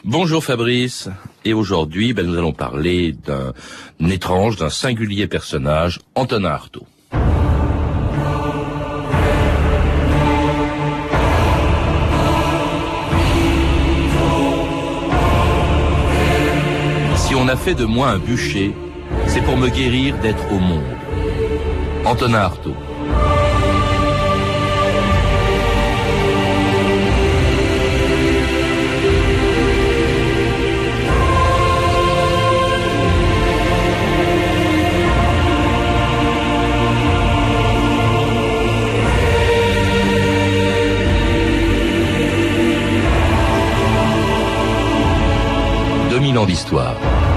Bonjour Fabrice, et aujourd'hui nous allons parler d'un étrange, d'un singulier personnage, Antonin Artaud. Si on a fait de moi un bûcher, c'est pour me guérir d'être au monde. Antonin Artaud. Ans d'histoire.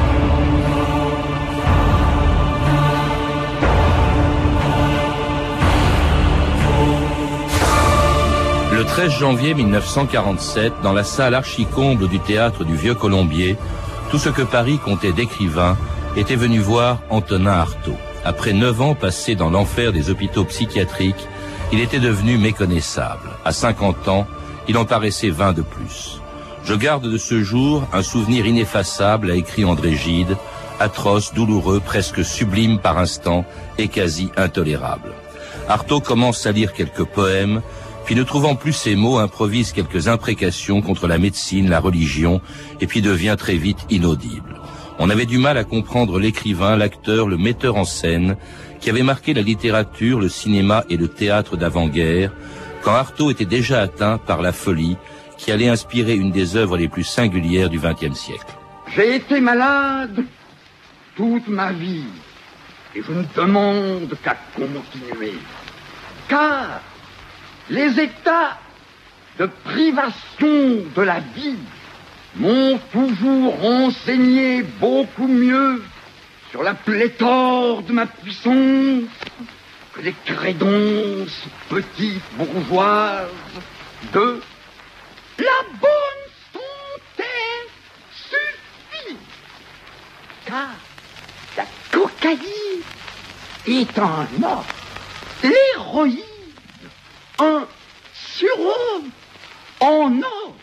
Le 13 janvier 1947, dans la salle archi-comble du théâtre du Vieux Colombier, tout ce que Paris comptait d'écrivains était venu voir Antonin Artaud. Après 9 ans passés dans l'enfer des hôpitaux psychiatriques, il était devenu méconnaissable. À 50 ans, il en paraissait 20 de plus. Je garde de ce jour un souvenir ineffaçable, a écrit André Gide, atroce, douloureux, presque sublime par instants et quasi intolérable. Artaud commence à lire quelques poèmes, puis ne trouvant plus ses mots, improvise quelques imprécations contre la médecine, la religion, et puis devient très vite inaudible. On avait du mal à comprendre l'écrivain, l'acteur, le metteur en scène, qui avait marqué la littérature, le cinéma et le théâtre d'avant-guerre, quand Artaud était déjà atteint par la folie, qui allait inspirer une des œuvres les plus singulières du XXe siècle. J'ai été malade toute ma vie, et je ne demande qu'à continuer. Car les états de privation de la vie m'ont toujours renseigné beaucoup mieux sur la pléthore de ma puissance que les crédences petites bourgeoises de la bonne santé suffit, car la cocaïne est un or, l'héroïne un surhomme en or.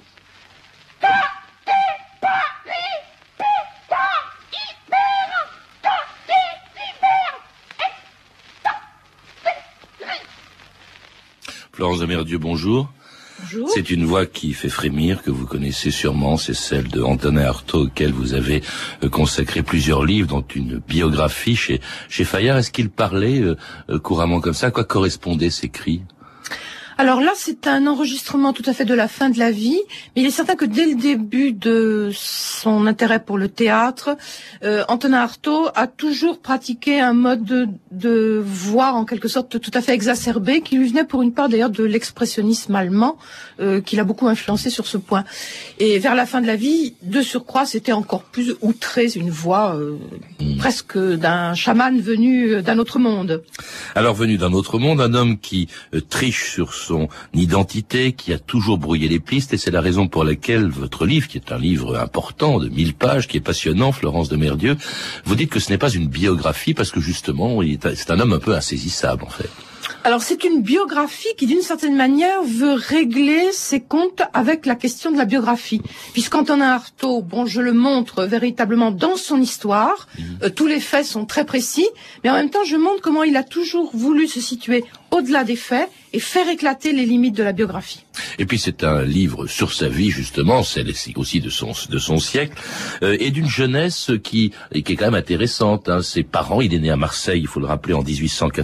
Florence de Merdieu, bonjour. Bonjour. C'est une voix qui fait frémir, que vous connaissez sûrement, c'est celle de Antonin Artaud, auquel vous avez consacré plusieurs livres, dont une biographie chez Fayard. Est-ce qu'il parlait couramment comme ça? À quoi correspondaient ces cris? Alors là, c'est un enregistrement tout à fait de la fin de la vie, mais il est certain que dès le début de son intérêt pour le théâtre, Antonin Artaud a toujours pratiqué un mode de voix en quelque sorte tout à fait exacerbé, qui lui venait pour une part d'ailleurs de l'expressionnisme allemand, qui l'a beaucoup influencé sur ce point. Et vers la fin de la vie, de surcroît, c'était encore plus outré, une voix presque d'un chaman venu d'un autre monde. Alors venu d'un autre monde, un homme qui triche sur son identité, qui a toujours brouillé les pistes, et c'est la raison pour laquelle votre livre, qui est un livre important de 1000 pages, qui est passionnant, Florence de Merdieu, vous dites que ce n'est pas une biographie parce que justement, c'est un homme un peu insaisissable en fait. Alors c'est une biographie qui d'une certaine manière veut régler ses comptes avec la question de la biographie. Puisqu'Antonin Artaud, je le montre véritablement dans son histoire, tous les faits sont très précis, mais en même temps je montre comment il a toujours voulu se situer au-delà des faits et faire éclater les limites de la biographie. Et puis c'est un livre sur sa vie justement, c'est aussi de son siècle, et d'une jeunesse qui est quand même intéressante. Ses parents, il est né à Marseille, il faut le rappeler, en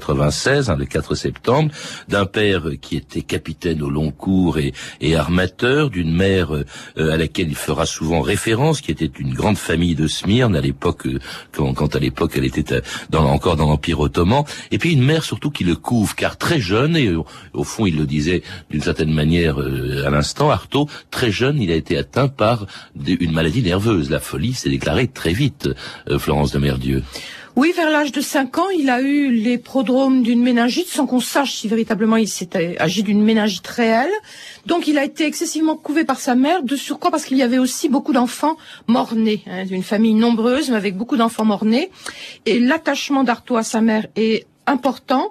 1896, le 4 septembre, d'un père qui était capitaine au long cours et armateur, d'une mère à laquelle il fera souvent référence, qui était une grande famille de Smyrne à l'époque, quand à l'époque elle était encore dans l'Empire ottoman, et puis une mère surtout qui le couvre, car très jeune, et au fond il le disait d'une certaine manière à l'instant, Artaud, très jeune, il a été atteint par une maladie nerveuse. La folie s'est déclarée très vite, Florence de Merdieu. Oui, vers l'âge de 5 ans, il a eu les prodromes d'une méningite, sans qu'on sache si véritablement il s'était agi d'une méningite réelle. Donc il a été excessivement couvé par sa mère, de surcroît parce qu'il y avait aussi beaucoup d'enfants mort-nés, d'une famille nombreuse, mais avec beaucoup d'enfants mort-nés. Et l'attachement d'Artaud à sa mère est important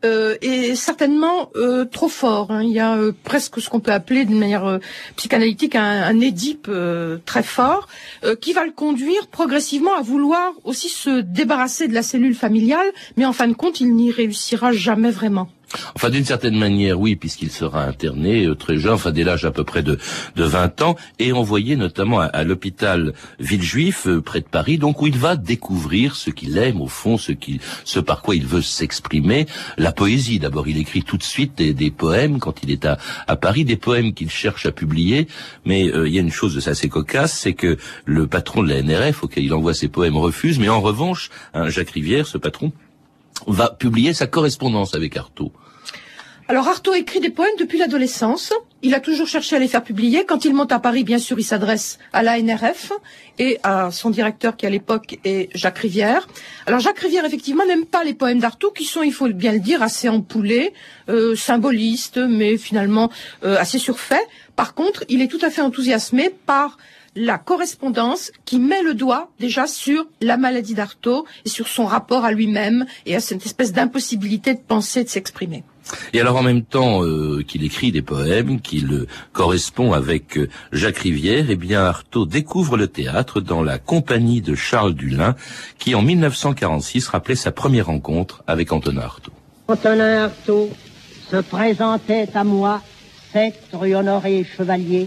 et certainement trop fort. Il y a presque ce qu'on peut appeler d'une manière psychanalytique un Édipe très fort qui va le conduire progressivement à vouloir aussi se débarrasser de la cellule familiale, mais en fin de compte, il n'y réussira jamais vraiment. Enfin, d'une certaine manière, oui, puisqu'il sera interné très jeune, enfin dès l'âge à peu près de 20 ans, et envoyé notamment à l'hôpital Villejuif, près de Paris, donc où il va découvrir ce qu'il aime, au fond, ce par quoi il veut s'exprimer. La poésie, d'abord, il écrit tout de suite des poèmes quand il est à Paris, des poèmes qu'il cherche à publier, mais il y a une chose assez cocasse, c'est que le patron de la NRF, auquel il envoie ses poèmes, refuse, mais en revanche, Jacques Rivière, ce patron, va publier sa correspondance avec Artaud. Alors Artaud écrit des poèmes depuis l'adolescence. Il a toujours cherché à les faire publier. Quand il monte à Paris, bien sûr, il s'adresse à la NRF et à son directeur qui à l'époque est Jacques Rivière. Alors Jacques Rivière, effectivement, n'aime pas les poèmes d'Artaud qui sont, il faut bien le dire, assez empoulés, symbolistes, mais finalement assez surfaits. Par contre, il est tout à fait enthousiasmé par la correspondance qui met le doigt déjà sur la maladie d'Artaud et sur son rapport à lui-même et à cette espèce d'impossibilité de penser, de s'exprimer. Et alors en même temps qu'il écrit des poèmes, qu'il correspond avec Jacques Rivière, eh bien Artaud découvre le théâtre dans la compagnie de Charles Dullin, qui en 1946 rappelait sa première rencontre avec Antonin Artaud. Antonin Artaud se présentait à moi 7 rue Honoré Chevalier,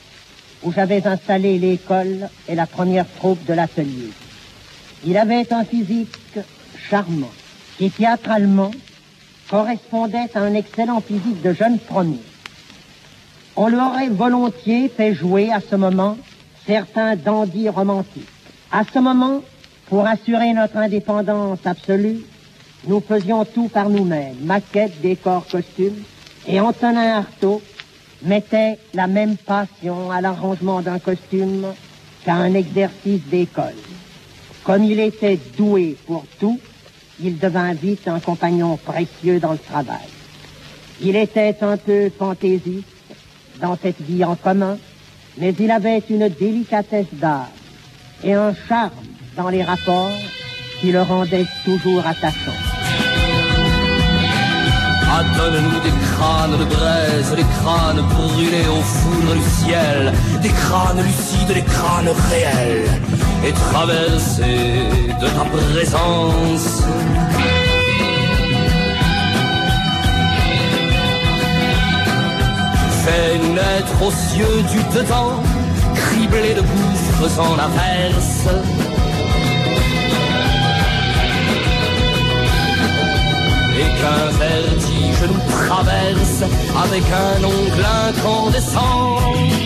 où j'avais installé l'école et la première troupe de l'atelier. Il avait un physique charmant, qui théâtralement correspondait à un excellent physique de jeune premier. On lui aurait volontiers fait jouer à ce moment certains dandys romantiques. À ce moment, pour assurer notre indépendance absolue, nous faisions tout par nous-mêmes, maquettes, décors, costumes, et Antonin Artaud mettait la même passion à l'arrangement d'un costume qu'à un exercice d'école. Comme il était doué pour tout, il devint vite un compagnon précieux dans le travail. Il était un peu fantaisiste dans cette vie en commun, mais il avait une délicatesse d'âme et un charme dans les rapports qui le rendaient toujours attachant. Ah, donne-nous des crânes de braise, des crânes brûlés au foudre du ciel, des crânes lucides, des crânes réels, et traversés de ta présence. Fais-nous naître aux cieux du dedans, criblés de gouffres en averse. Et qu'un vertige nous traverse avec un ongle incandescent.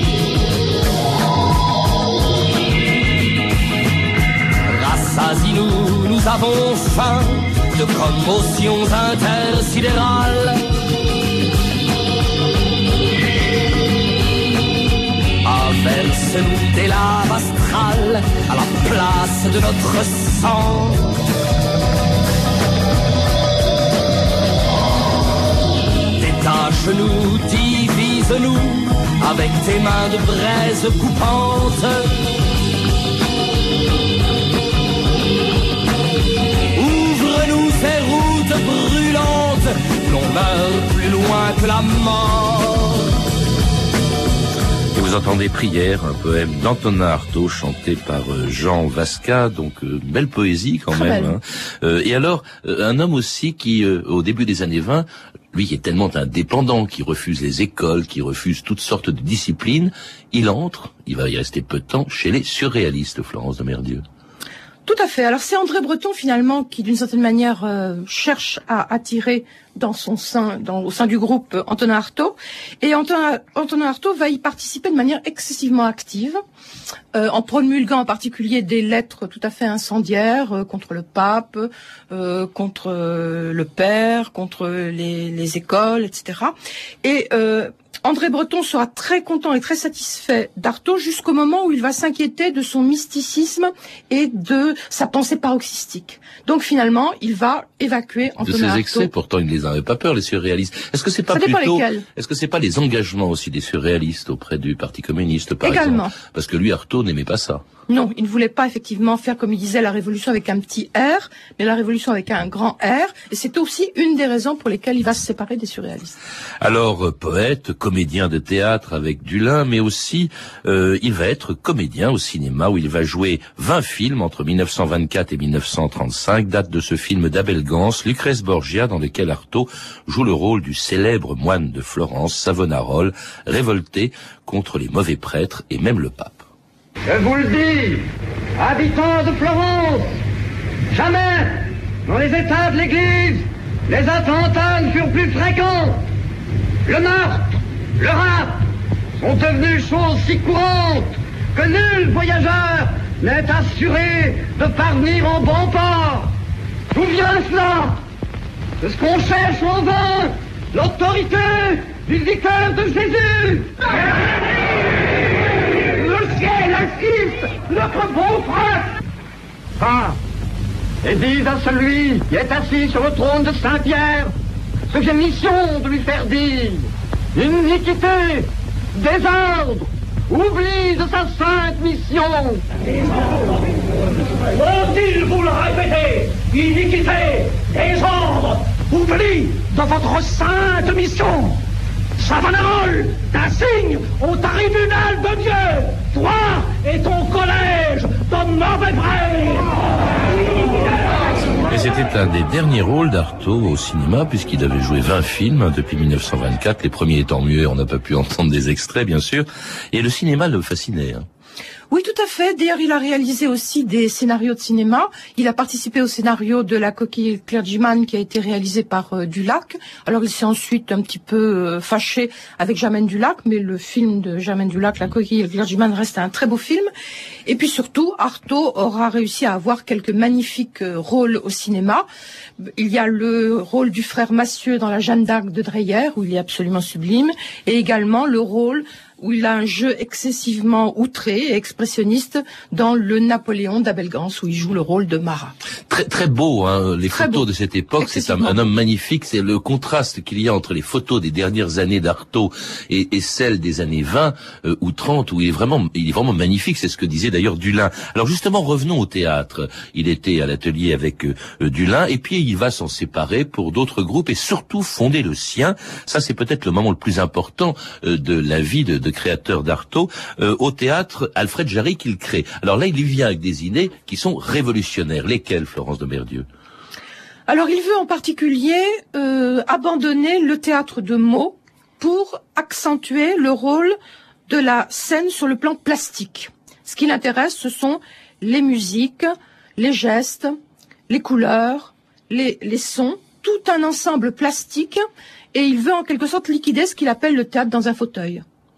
Rassasie-nous, nous avons faim de commotions intersidérales. Verse-nous des laves astrales à la place de notre sang. Détache-nous, divise-nous avec tes mains de braise coupantes. Ouvre-nous ces routes brûlantes, l'on meurt plus loin que la mort. Vous entendez Prière, un poème d'Antonin Artaud chanté par Jean Vasca, donc belle poésie quand même. Hein. Et alors, un homme aussi qui, au début des années 20, lui qui est tellement indépendant, qui refuse les écoles, qui refuse toutes sortes de disciplines, il va y rester peu de temps, chez les surréalistes, Florence de Merdieu. Tout à fait. Alors c'est André Breton finalement qui d'une certaine manière cherche à attirer dans son sein, au sein du groupe Antonin Artaud. Et Antonin Artaud va y participer de manière excessivement active, en promulguant en particulier des lettres tout à fait incendiaires contre le pape, contre le père, contre les écoles, etc. Et André Breton sera très content et très satisfait d'Artaud jusqu'au moment où il va s'inquiéter de son mysticisme et de sa pensée paroxystique. Donc finalement, il va évacuer Antonin Artaud. De ses excès, pourtant, il ne les avait pas peur, les surréalistes. Est-ce que c'est pas est-ce que c'est pas les engagements aussi des surréalistes auprès du Parti communiste, par exemple? Parce que lui, Artaud n'aimait pas ça. Non, il ne voulait pas effectivement faire, comme il disait, la révolution avec un petit R, mais la révolution avec un grand R. Et c'est aussi une des raisons pour lesquelles il va se séparer des surréalistes. Alors, poète, comédien de théâtre avec Dulin, mais aussi, il va être comédien au cinéma où il va jouer 20 films entre 1924 et 1935, date de ce film d'Abel Gans, Lucrèce Borgia, dans lequel Artaud joue le rôle du célèbre moine de Florence, Savonarole, révolté contre les mauvais prêtres et même le pape. Je vous le dis, habitants de Florence, jamais, dans les états de l'église, les attentats ne furent plus fréquents. Le meurtre, le rap sont devenus choses si courantes que nul voyageur n'est assuré de parvenir en bon port. D'où vient cela? C'est ce qu'on cherche en vain, l'autorité du vicaire de Jésus. Le ciel assiste notre bon frère. Ah, et dis à celui qui est assis sur le trône de Saint-Pierre que j'ai mission de lui faire dire iniquité, désordre, oubli de sa sainte mission. Faut-il vous le répéter? Iniquité, désordre, oubli de votre sainte mission. Savonarole, t'assigne au tribunal de Dieu, toi et ton collège de mauvais prêtres. Et c'était un des derniers rôles d'Artaud au cinéma, puisqu'il avait joué 20 films depuis 1924, les premiers étant muets, on n'a pas pu entendre des extraits bien sûr, et le cinéma le fascinait. Oui, tout à fait. D'ailleurs, il a réalisé aussi des scénarios de cinéma. Il a participé au scénario de La Coquille Clergyman qui a été réalisé par Dulac. Alors, il s'est ensuite un petit peu fâché avec Germaine Dulac, mais le film de Germaine Dulac, La Coquille Clergyman, reste un très beau film. Et puis surtout, Artaud aura réussi à avoir quelques magnifiques rôles au cinéma. Il y a le rôle du frère Massieu dans La Jeanne d'Arc de Dreyer, où il est absolument sublime, et également le rôle où il a un jeu excessivement outré et expressionniste dans le Napoléon d'Abel Gans, où il joue le rôle de Marat. Très très beau, hein, les très photos beau. De cette époque. C'est un homme magnifique. C'est le contraste qu'il y a entre les photos des dernières années d'Artaud et celles des années 20 ou 30, où il est vraiment magnifique. C'est ce que disait d'ailleurs Dulin. Alors justement, revenons au théâtre. Il était à l'atelier avec Dulin, et puis il va s'en séparer pour d'autres groupes et surtout fonder le sien. Ça, c'est peut-être le moment le plus important de la vie de créateur d'Artaud. Au théâtre, Alfred Jarry qu'il crée. Alors là, il y vient avec des idées qui sont révolutionnaires. Lesquelles, Florence de Merdieu? Alors, il veut en particulier abandonner le théâtre de mots pour accentuer le rôle de la scène sur le plan plastique. Ce qui l'intéresse, ce sont les musiques, les gestes, les couleurs, les sons, tout un ensemble plastique, et il veut en quelque sorte liquider ce qu'il appelle le théâtre dans un fauteuil.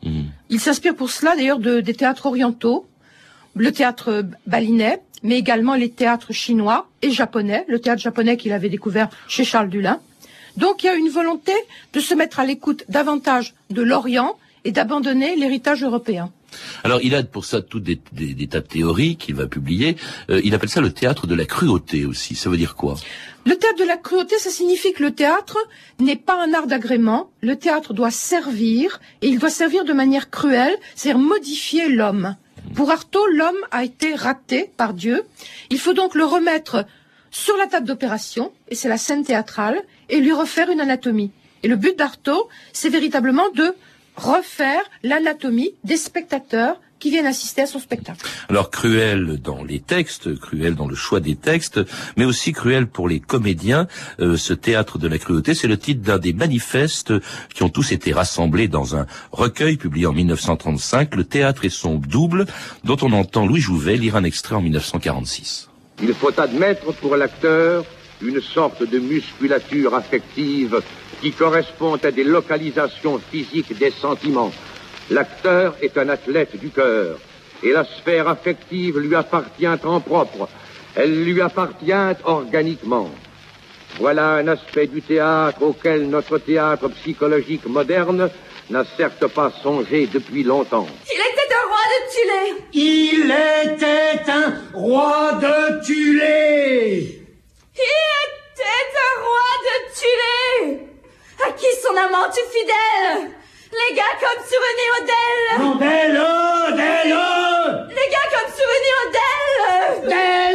Il s'inspire pour cela d'ailleurs des théâtres orientaux, le théâtre balinais, mais également les théâtres chinois et japonais, le théâtre japonais qu'il avait découvert chez Charles Dulin. Donc il y a une volonté de se mettre à l'écoute davantage de l'Orient et d'abandonner l'héritage européen. Alors, il a pour ça toutes des tas de théories qu'il va publier. Il appelle ça le théâtre de la cruauté aussi. Ça veut dire quoi? Le théâtre de la cruauté, ça signifie que le théâtre n'est pas un art d'agrément. Le théâtre doit servir, et il doit servir de manière cruelle, c'est-à-dire modifier l'homme. Pour Artaud, l'homme a été raté par Dieu. Il faut donc le remettre sur la table d'opération, et c'est la scène théâtrale, et lui refaire une anatomie. Et le but d'Artaud, c'est véritablement de refaire l'anatomie des spectateurs qui viennent assister à son spectacle. Alors cruel dans les textes, cruel dans le choix des textes, mais aussi cruel pour les comédiens. Ce théâtre de la cruauté, c'est le titre d'un des manifestes qui ont tous été rassemblés dans un recueil publié en 1935, Le théâtre et son double, dont on entend Louis Jouvet lire un extrait en 1946. Il faut admettre pour l'acteur une sorte de musculature affective qui correspond à des localisations physiques des sentiments. L'acteur est un athlète du cœur, et la sphère affective lui appartient en propre. Elle lui appartient organiquement. Voilà un aspect du théâtre auquel notre théâtre psychologique moderne n'a certes pas songé depuis longtemps. Il était un roi de Tulé. Il était un roi de Tulé. Il était un roi de Tulé. À qui son amant tue fidèle. Les gars comme Souvenir Odelle. Odelle. Les gars comme Souvenir Odelle.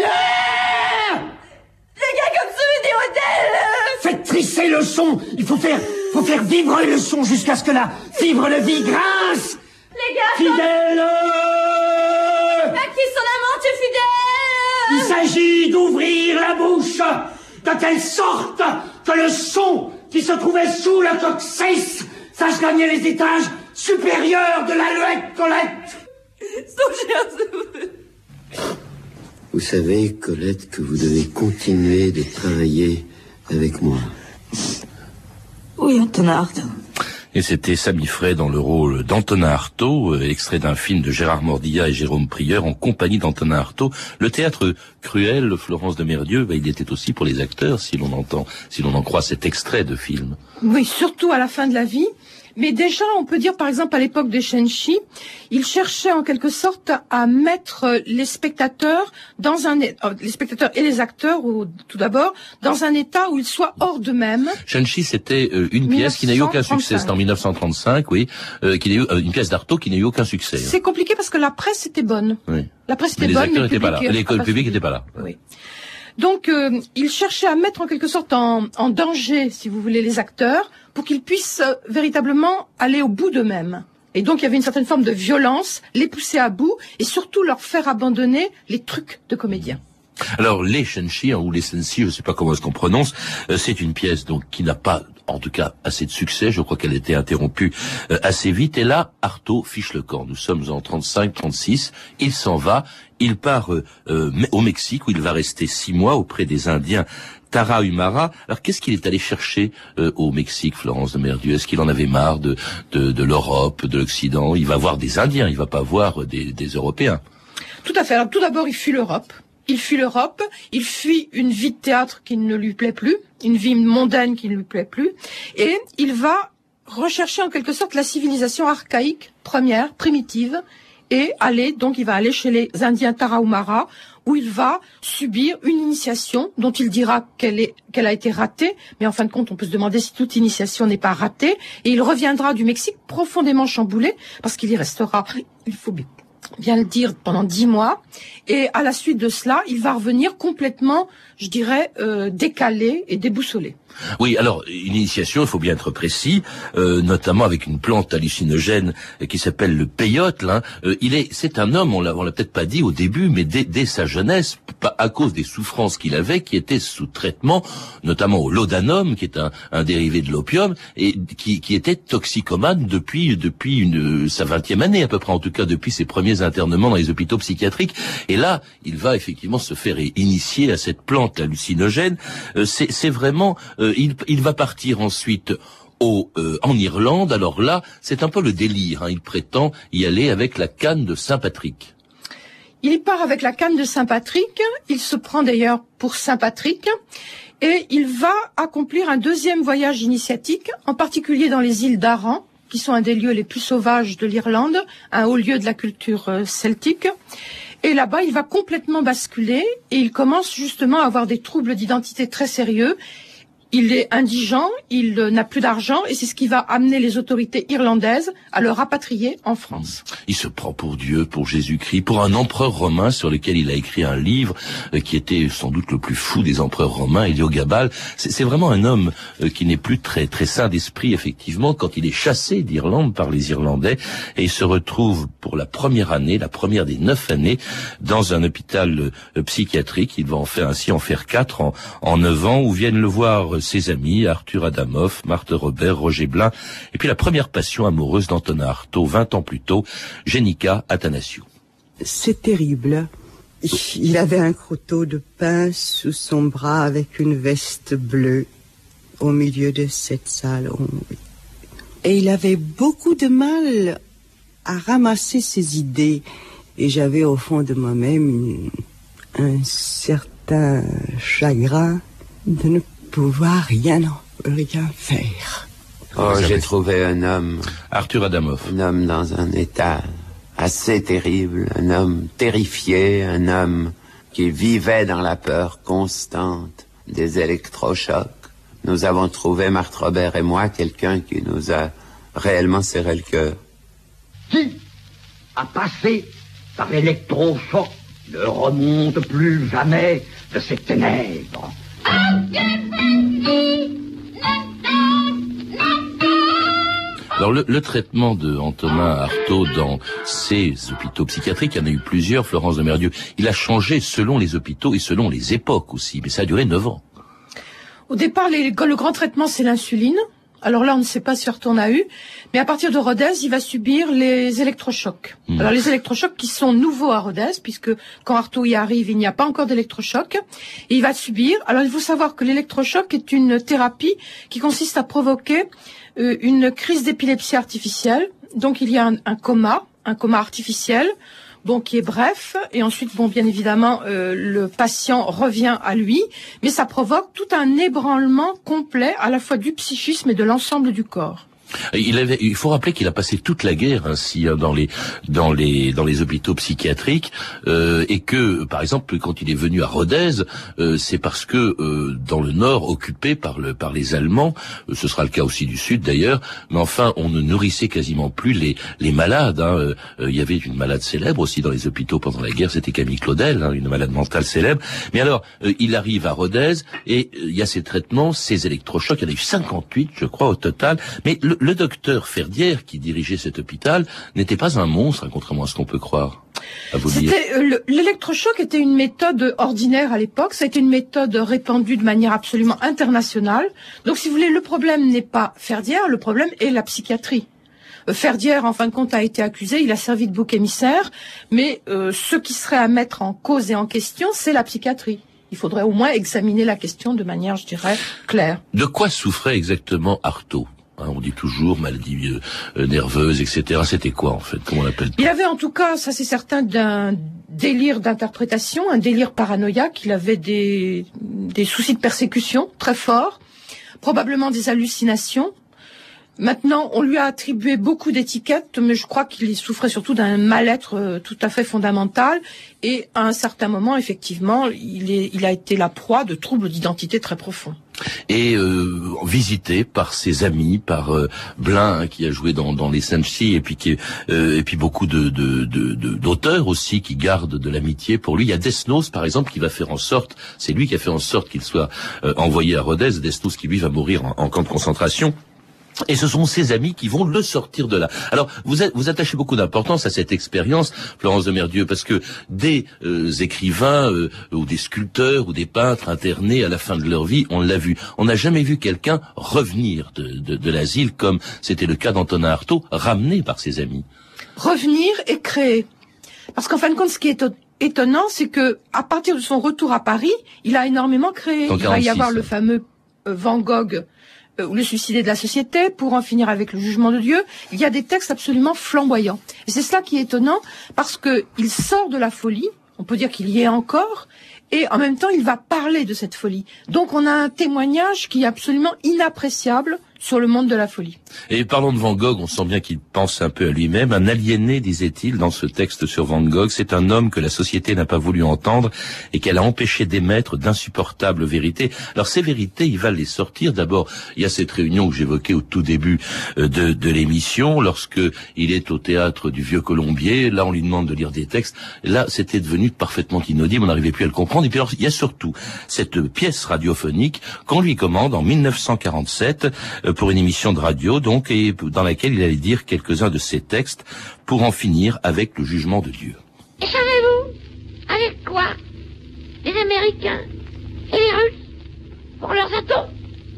Les gars comme Souvenir Odelle. Faites trisser le son. Il faut faire vibrer le son jusqu'à ce que la fibre de vie grince. Les gars fidèle. À qui son amant tue fidèle. Il s'agit d'ouvrir la bouche de telle sorte que le son qui se trouvait sous le coccyx sache gagner les étages supérieurs de l'alouette Colette. Songez à ce... Vous savez, Colette, que vous devez continuer de travailler avec moi. Oui, Antonin Artaud. Et c'était Samy Frey dans le rôle d'Antonin Artaud, extrait d'un film de Gérard Mordillat et Jérôme Prieur en compagnie d'Antonin Artaud. Le théâtre cruel, Florence de Merdieux, il était aussi pour les acteurs, si l'on en croit cet extrait de film. Oui, surtout à la fin de la vie. Mais déjà, on peut dire, par exemple, à l'époque des Shenshi, ils cherchaient en quelque sorte à mettre les spectateurs les spectateurs et les acteurs, tout d'abord, dans un état où ils soient hors d'eux-mêmes. Shenshi, c'était une pièce qui n'a eu aucun succès. C'était en 1935, oui, une pièce d'Artaud qui n'a eu aucun succès. C'est compliqué parce que la presse était bonne. Oui. La presse était bonne, mais le public n'était pas là. Oui. Donc, ils cherchaient à mettre en quelque sorte en danger, si vous voulez, les acteurs, pour qu'ils puissent véritablement aller au bout d'eux-mêmes. Et donc, il y avait une certaine forme de violence, les pousser à bout, et surtout leur faire abandonner les trucs de comédiens. Alors, les Shenshi, ou les Sensi, je ne sais pas comment est-ce qu'on prononce, c'est une pièce donc qui n'a pas, en tout cas, assez de succès. Je crois qu'elle a été interrompue assez vite. Et là, Artaud fiche le camp. Nous sommes en 35-36. Il s'en va. Il part au Mexique, où il va rester 6 mois auprès des Indiens Tarahumara. Alors, qu'est-ce qu'il est allé chercher au Mexique, Florence de Merdieux? Est-ce qu'il en avait marre de l'Europe, de l'Occident? Il va voir des Indiens, il va pas voir des Européens. Tout à fait. Alors, tout d'abord, il fuit l'Europe. Il fuit une vie de théâtre qui ne lui plaît plus, une vie mondaine qui ne lui plaît plus, et il va rechercher en quelque sorte la civilisation archaïque, première, primitive, et il va aller chez les Indiens Tarahumara, où il va subir une initiation dont il dira qu'elle a été ratée, mais en fin de compte, on peut se demander si toute initiation n'est pas ratée, et il reviendra du Mexique profondément chamboulé, parce qu'il y restera, il faut bien le dire, pendant 10 mois, et à la suite de cela, il va revenir complètement, je dirais, décalé et déboussolé. Oui, alors, une initiation, il faut bien être précis, notamment avec une plante hallucinogène qui s'appelle le peyote, là. C'est un homme, on l'a peut-être pas dit au début, mais dès sa jeunesse, à cause des souffrances qu'il avait, qui étaient sous traitement, notamment au laudanum, qui est un dérivé de l'opium, et qui était toxicomane depuis sa 20e année, à peu près, en tout cas, depuis ses premiers internements dans les hôpitaux psychiatriques. Et là, il va effectivement se faire initier à cette plante hallucinogène. C'est vraiment... Il va partir ensuite en Irlande. Alors là, c'est un peu le délire. Il prétend y aller avec la canne de Saint-Patrick. Il part avec la canne de Saint-Patrick. Il se prend d'ailleurs pour Saint-Patrick. Et il va accomplir un deuxième voyage initiatique, en particulier dans les îles d'Aran, qui sont un des lieux les plus sauvages de l'Irlande, un haut lieu de la culture celtique. Et là-bas, il va complètement basculer et il commence justement à avoir des troubles d'identité très sérieux. Il est indigent, il n'a plus d'argent et c'est ce qui va amener les autorités irlandaises à le rapatrier en France. Il se prend pour Dieu, pour Jésus-Christ, pour un empereur romain sur lequel il a écrit un livre qui était sans doute le plus fou des empereurs romains, Héliogabale. C'est vraiment un homme qui n'est plus très très sain d'esprit, effectivement, quand il est chassé d'Irlande par les Irlandais et il se retrouve pour la première année, la première des 9 années, dans un hôpital psychiatrique. Il va ainsi en faire 4 en 9 ans, où viennent le voir ses amis, Arthur Adamoff, Marthe Robert, Roger Blin, et puis la première passion amoureuse d'Antonin Artaud, 20 ans plus tôt, Jenica Athanasiou. C'est terrible. Il avait un croteau de pain sous son bras avec une veste bleue au milieu de cette salle. Et il avait beaucoup de mal à ramasser ses idées. Et j'avais au fond de moi-même un certain chagrin de ne pouvoir rien faire. Oh, j'ai trouvé un homme. Arthur Adamov. Un homme dans un état assez terrible, un homme terrifié, un homme qui vivait dans la peur constante des électrochocs. Nous avons trouvé, Marthe Robert et moi, quelqu'un qui nous a réellement serré le cœur. Qui a passé par l'électrochoc ne remonte plus jamais de ses ténèbres. Alors le traitement de Antonin Artaud dans ces hôpitaux psychiatriques, il y en a eu plusieurs, Florence Demerdieu, il a changé selon les hôpitaux et selon les époques aussi, mais ça a duré 9 ans. Au départ, le grand traitement, c'est l'insuline. Alors là, on ne sait pas si Artaud en a eu, mais à partir de Rodez, il va subir les électrochocs. Alors les électrochocs qui sont nouveaux à Rodez, puisque quand Artaud y arrive, il n'y a pas encore d'électrochoc, et il va subir. Alors il faut savoir que l'électrochoc est une thérapie qui consiste à provoquer une crise d'épilepsie artificielle. Donc il y a un coma artificiel, donc qui est bref, et ensuite, bien évidemment, le patient revient à lui, mais ça provoque tout un ébranlement complet à la fois du psychisme et de l'ensemble du corps. Il faut rappeler qu'il a passé toute la guerre ainsi dans les hôpitaux psychiatriques et que par exemple quand il est venu à Rodez, c'est parce que dans le nord occupé par les Allemands, ce sera le cas aussi du sud d'ailleurs, mais enfin on ne nourrissait quasiment plus les malades. Il y avait une malade célèbre aussi dans les hôpitaux pendant la guerre, c'était Camille Claudel, une malade mentale célèbre. Mais alors il arrive à Rodez et il y a ces traitements, ces électrochocs, il y en a eu 58 je crois au total, mais le docteur Ferdière, qui dirigeait cet hôpital, n'était pas un monstre, contrairement à ce qu'on peut croire. L'électrochoc était une méthode ordinaire à l'époque. Ça a été une méthode répandue de manière absolument internationale. Donc, si vous voulez, le problème n'est pas Ferdière, le problème est la psychiatrie. Ferdière, en fin de compte, a été accusé, il a servi de bouc émissaire, mais ce qui serait à mettre en cause et en question, c'est la psychiatrie. Il faudrait au moins examiner la question de manière, je dirais, claire. De quoi souffrait exactement Artaud ? On dit toujours maladie nerveuse, etc. C'était quoi, en fait? Comment on l'appelle? Il avait en tout cas, ça c'est certain, d'un délire d'interprétation, un délire paranoïaque. Il avait des soucis de persécution très forts, probablement des hallucinations. Maintenant, on lui a attribué beaucoup d'étiquettes, mais je crois qu'il souffrait surtout d'un mal-être tout à fait fondamental. Et à un certain moment, effectivement, il a été la proie de troubles d'identité très profonds. Et visité par ses amis, par Blin qui a joué dans les Senshi, et puis beaucoup d'auteurs aussi qui gardent de l'amitié pour lui. Il y a Desnos par exemple qui va faire en sorte, c'est lui qui a fait en sorte qu'il soit envoyé à Rodez. Desnos qui lui va mourir en camp de concentration. Et ce sont ses amis qui vont le sortir de là. Alors, vous attachez beaucoup d'importance à cette expérience, Florence Demerdieu, parce que des écrivains ou des sculpteurs ou des peintres internés à la fin de leur vie, on l'a vu. On n'a jamais vu quelqu'un revenir de l'asile comme c'était le cas d'Antonin Artaud, ramené par ses amis. Revenir et créer. Parce qu'en fin de compte, ce qui est étonnant, c'est que à partir de son retour à Paris, il a énormément créé. Il va y avoir le fameux Van Gogh, ou le suicidé de la société, pour en finir avec le jugement de Dieu. Il y a des textes absolument flamboyants. Et c'est cela qui est étonnant, parce que il sort de la folie, on peut dire qu'il y est encore, et en même temps il va parler de cette folie. Donc on a un témoignage qui est absolument inappréciable sur le monde de la folie. Et parlons de Van Gogh, on sent bien qu'il pense un peu à lui-même. Un aliéné, disait-il dans ce texte sur Van Gogh, c'est un homme que la société n'a pas voulu entendre et qu'elle a empêché d'émettre d'insupportables vérités. Alors ces vérités, il va les sortir. D'abord, il y a cette réunion que j'évoquais au tout début de l'émission, lorsque il est au théâtre du Vieux Colombier. Là, on lui demande de lire des textes. Là, c'était devenu parfaitement inaudible, on n'arrivait plus à le comprendre. Et puis alors, il y a surtout cette pièce radiophonique qu'on lui commande en 1947 pour une émission de radio, donc, et dans laquelle il allait dire quelques-uns de ses textes pour en finir avec le jugement de Dieu. Et savez-vous avec quoi les Américains et les Russes font leurs atomes?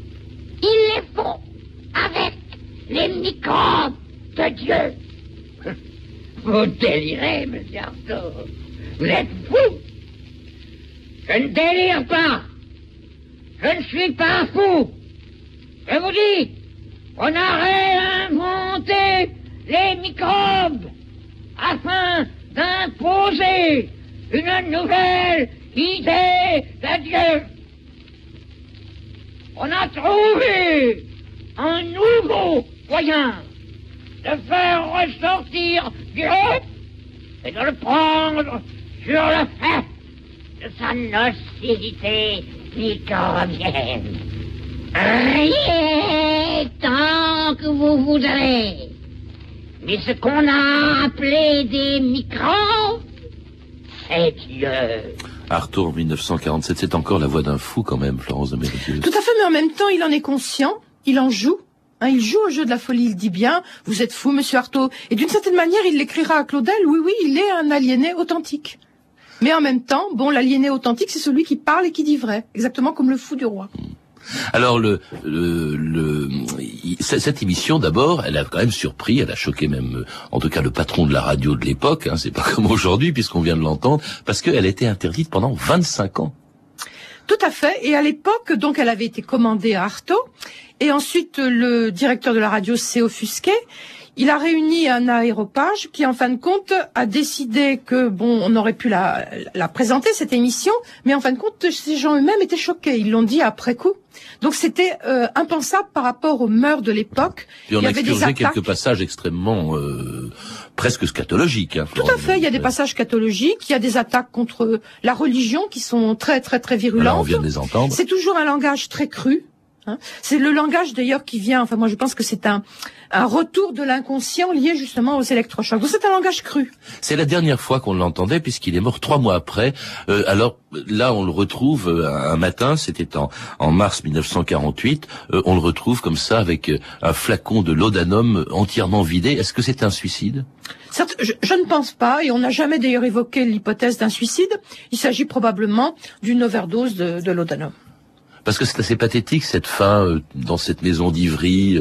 Ils les font avec les microbes de Dieu. Vous délirez, monsieur Artaud. Vous êtes fou. Je ne délire pas. Je ne suis pas un fou. Je vous dis, on a réinventé les microbes afin d'imposer une nouvelle idée de Dieu. On a trouvé un nouveau moyen de faire ressortir Dieu et de le prendre sur le fait de sa nocivité microbienne. Riez tant que vous voudrez, mais ce qu'on a appelé des microbes, c'est Dieu. Artaud, en 1947, c'est encore la voix d'un fou quand même, Florence de Méridieu. Tout à fait, mais en même temps, il en est conscient, il en joue. Il joue au jeu de la folie, il dit bien, vous êtes fou, monsieur Artaud. Et d'une certaine manière, il l'écrira à Claudel, oui, il est un aliéné authentique. Mais en même temps, l'aliéné authentique, c'est celui qui parle et qui dit vrai, exactement comme le fou du roi. Alors cette émission d'abord, elle a quand même surpris, elle a choqué même, en tout cas le patron de la radio de l'époque, c'est pas comme aujourd'hui puisqu'on vient de l'entendre, parce qu'elle a été interdite pendant 25 ans. Tout à fait, et à l'époque, donc elle avait été commandée à Artaud, et ensuite le directeur de la radio s'est offusqué. Il a réuni un aéropage qui, en fin de compte, a décidé que, on aurait pu la présenter, cette émission, mais en fin de compte, ces gens eux-mêmes étaient choqués. Ils l'ont dit après coup. Donc c'était impensable par rapport aux mœurs de l'époque. Puis on a expurgé quelques passages extrêmement presque scatologiques. Tout à fait, il y a des passages scatologiques, il y a des attaques contre la religion qui sont très très très virulentes. Là, on vient de les entendre. C'est toujours un langage très cru. C'est le langage d'ailleurs qui vient, moi je pense que c'est un retour de l'inconscient lié justement aux électrochocs. Donc c'est un langage cru. C'est la dernière fois qu'on l'entendait puisqu'il est mort 3 mois après. Alors là on le retrouve un matin, c'était en mars 1948, on le retrouve comme ça avec un flacon de laudanum entièrement vidé. Est-ce que c'est un suicide ? Certes, je ne pense pas, et on n'a jamais d'ailleurs évoqué l'hypothèse d'un suicide. Il s'agit probablement d'une overdose de laudanum. Parce que c'est assez pathétique cette fin dans cette maison d'Ivry.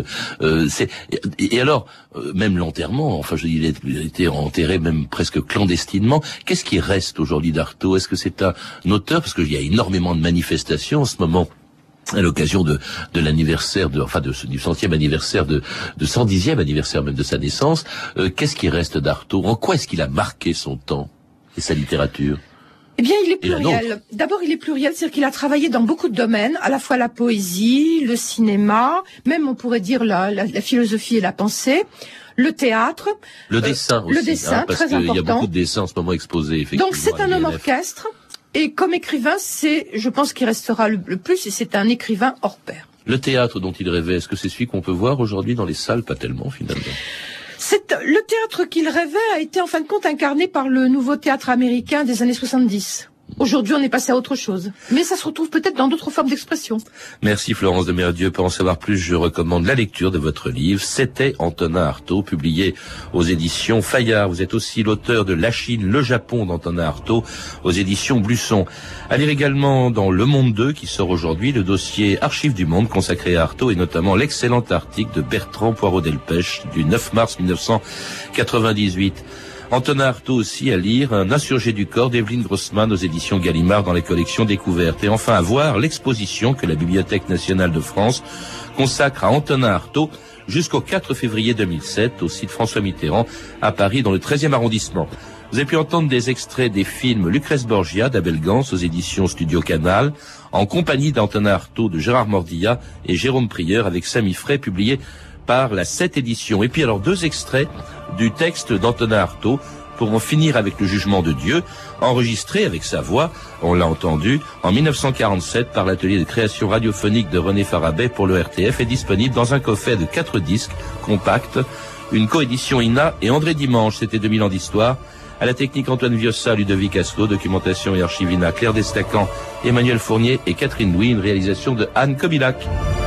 Et alors même l'enterrement. Il a été enterré même presque clandestinement. Qu'est-ce qui reste aujourd'hui d'Artaud ? Est-ce que c'est un auteur ? Parce qu'il y a énormément de manifestations en ce moment. À l'occasion de l'anniversaire du 100e anniversaire de 110e anniversaire même de sa naissance. Qu'est-ce qui reste d'Artaud ? En quoi est-ce qu'il a marqué son temps et sa littérature ? Eh bien, il est pluriel. D'abord, il est pluriel, c'est-à-dire qu'il a travaillé dans beaucoup de domaines, à la fois la poésie, le cinéma, même on pourrait dire la philosophie et la pensée, le théâtre. Le dessin aussi. Le dessin, parce très important. Il y a beaucoup de dessins en ce moment exposés, effectivement. Donc c'est un homme orchestre, et comme écrivain, je pense qu'il restera le plus, et c'est un écrivain hors pair. Le théâtre dont il rêvait, est-ce que c'est celui qu'on peut voir aujourd'hui dans les salles ? Pas tellement, finalement. Le théâtre qu'il rêvait a été en fin de compte incarné par le nouveau théâtre américain des années 70. Aujourd'hui, on est passé à autre chose. Mais ça se retrouve peut-être dans d'autres formes d'expression. Merci Florence de Méridieu. Pour en savoir plus, je recommande la lecture de votre livre. C'était Antonin Artaud, publié aux éditions Fayard. Vous êtes aussi l'auteur de La Chine, le Japon d'Antonin Artaud, aux éditions Blusson. À lire également dans Le Monde 2, qui sort aujourd'hui, le dossier Archives du Monde consacré à Artaud et notamment l'excellent article de Bertrand Poirot-Delpech du 9 mars 1998. Antonin Artaud aussi à lire, Un insurgé du corps d'Evelyne Grossman aux éditions Gallimard dans les collections découvertes. Et enfin à voir l'exposition que la Bibliothèque nationale de France consacre à Antonin Artaud jusqu'au 4 février 2007 au site François Mitterrand à Paris dans le 13e arrondissement. Vous avez pu entendre des extraits des films Lucrèce Borgia d'Abel Gans aux éditions Studio Canal en compagnie d'Antonin Artaud, de Gérard Mordillat et Jérôme Prieur avec Samy Frey, publié par la 7 édition. Et puis alors 2 extraits du texte d'Antonin Artaud pour en finir avec le jugement de Dieu, enregistré avec sa voix, on l'a entendu, en 1947 par l'atelier de création radiophonique de René Farabet pour le RTF, est disponible dans un coffret de 4 disques compacts, une coédition INA et André Dimanche. C'était 2000 ans d'histoire. À la technique Antoine Viossa, Ludovic Asselot, documentation et archivina Claire Destacan, Emmanuel Fournier et Catherine Louis, une réalisation de Anne Kobilac.